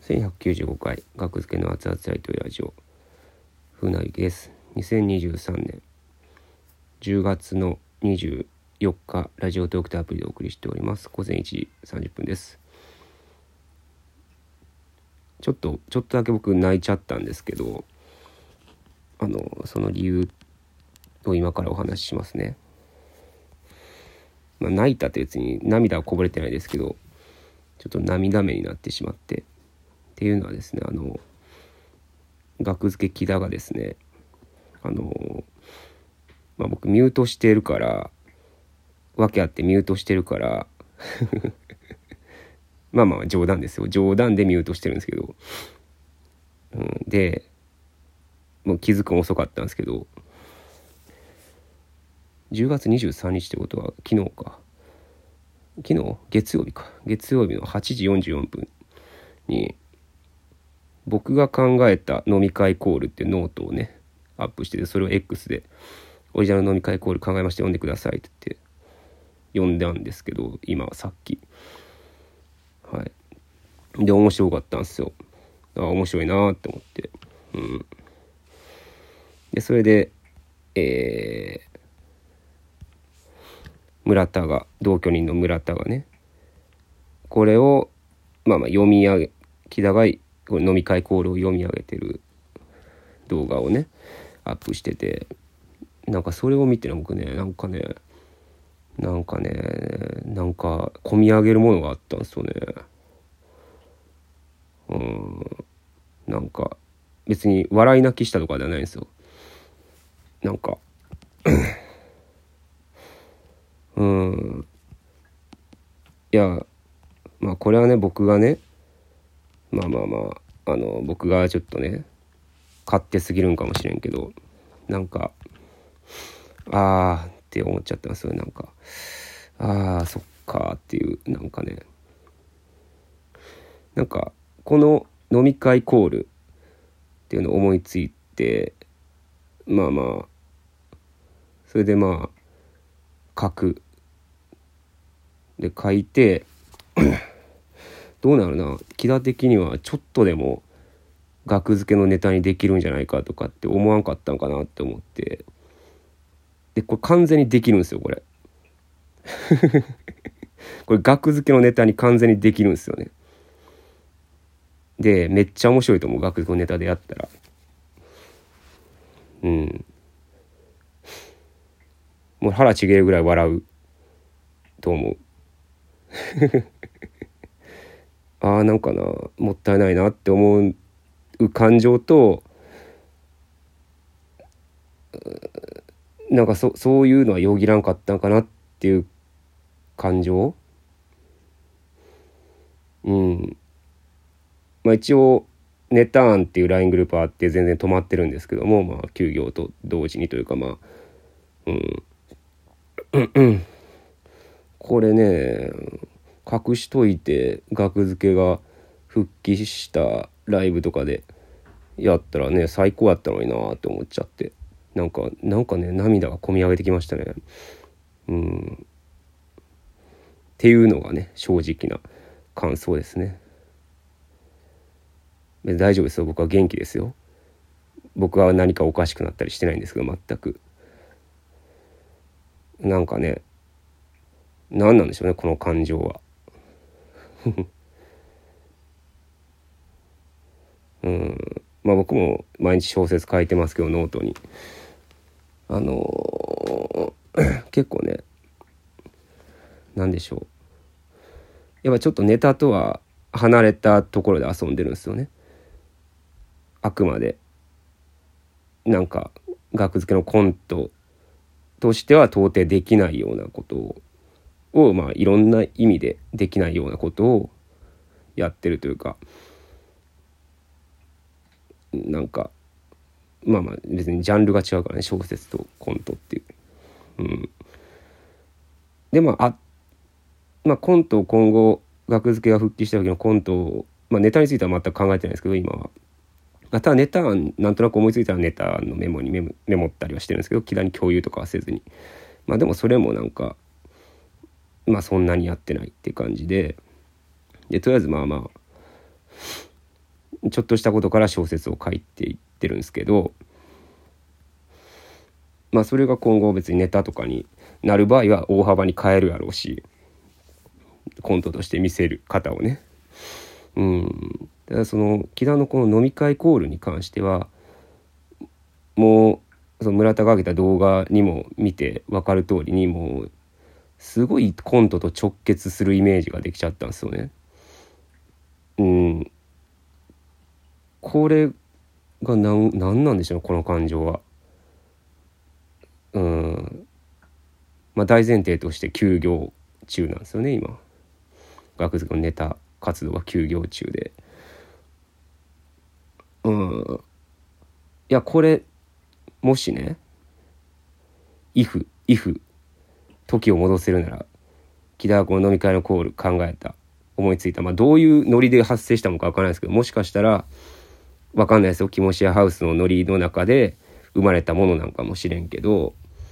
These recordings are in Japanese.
1195回学付けの熱々ライトラジオ船井です。2023年10月の24日ラジオトークとアプリでお送りしております。午前1時30分です。ちょっとだけ僕泣いちゃったんですけど、その理由を今からお話ししますね。泣いたって別に涙はこぼれてないですけど、ちょっと涙目になってしまってっていうのはですね、学付け木田がですね、僕ミュートしてるから訳あってミュートしてるから冗談ですよ、冗談でミュートしてるんですけど、でもう気づくの遅かったんですけど、10月23日ってことは昨日月曜日の8時44分に僕が考えた飲み会コールっていうノートをねアップしてて、それを X でオリジナル飲み会コール考えまして読んでくださいって言って読んだんですけど、さっきで面白かったんですよ。面白いなって思って、でそれで同居人の村田がねこれを読み上げ、木田がこれ飲み会コールを読み上げてる動画をねアップしてて、それを見て僕ね込み上げるものがあったんですよね。別に笑い泣きしたとかではないんですよ。いやこれはね僕がね僕がちょっとね勝手すぎるんかもしれんけどって思っちゃったんですよ。そっかっていうこの飲み会コールっていうのを思いついてそれで書いてどうなるな、木田的にはちょっとでも学付けのネタにできるんじゃないかとかって思わんかったんかなって思って、でこれ完全にできるんですよこれこれ学付けのネタに完全にできるんですよね。でめっちゃ面白いと思う、学付けのネタでやったら。もう腹ちげるぐらい笑うと思うもったいないなって思う感情と、そういうのはよぎらんかったんかなっていう感情。一応ネタ案っていう LINE グループあって全然止まってるんですけども、休業と同時にというかこれね隠しといて学付けが復帰したライブとかでやったらね最高やったのになって思っちゃって、涙がこみ上げてきましたね。っていうのがね正直な感想ですね。大丈夫ですよ、僕は元気ですよ。僕は何かおかしくなったりしてないんですけど、全く何なんでしょうねこの感情は僕も毎日小説書いてますけどノートに結構ねやっぱちょっとネタとは離れたところで遊んでるんですよね。あくまで学付けのコントとしては到底できないようなことをいろんな意味でできないようなことをやってるというか、別にジャンルが違うからね、小説とコントっていう。でコントを今後学付けが復帰した時のコントを、ネタについては全く考えてないですけど今は。ただネタ案なんとなく思いついたらネタのメモにメモったりはしてるんですけど、木田に共有とかはせずに、でもそれもそんなにやってないって感じで、とりあえずちょっとしたことから小説を書いていってるんですけど、まあそれが今後別にネタとかになる場合は大幅に変えるやろうし、コントとして見せる方をね。だからその木田のこの飲み会コールに関してはもうその村田が上げた動画にも見て分かる通りに、もうすごいコントと直結するイメージができちゃったんですよね。これがなんなんでしょう、この感情は。まあ大前提として休業中なんですよね今。学付けのネタ活動は休業中で。いやこれもしね、if 時を戻せるなら、木田はこの飲み会のコール考えた、思いついた、まあどういうノリで発生したのか分からないですけど、もしかしたら分かんないですよ、キモシアハウスのノリの中で生まれたものなんかもしれんけど、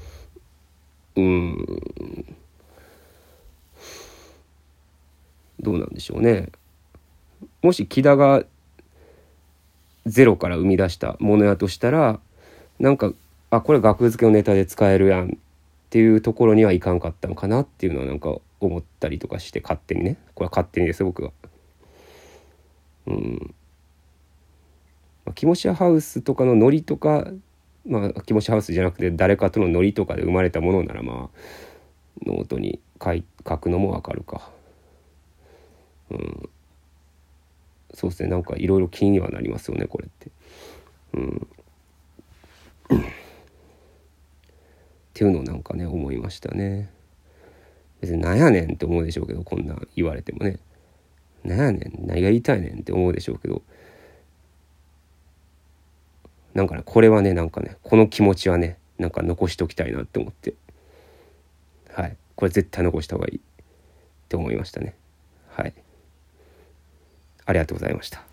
どうなんでしょうね。もし木田がゼロから生み出したものやとしたら、なんかこれ学付けのネタで使えるやんっていうところにはいかんかったのかなっていうのはなんか思ったりとかして、勝手にね、これは勝手にです僕が。キモシアハウスとかのノリとか、キモシアハウスじゃなくて誰かとのノリとかで生まれたものなら、まあノートに書くのもわかるか。そうですね、なんかいろいろ気にはなりますよねこれって。っていうのをなんかね思いましたね。別になんやねんって思うでしょうけど、こんなん言われてもね、なんやねん何が言いたいねんって思うでしょうけど、なんかねこれはね、なんかねこの気持ちはねなんか残しておきたいなって思って、これ絶対残した方がいいって思いましたね。ありがとうございました。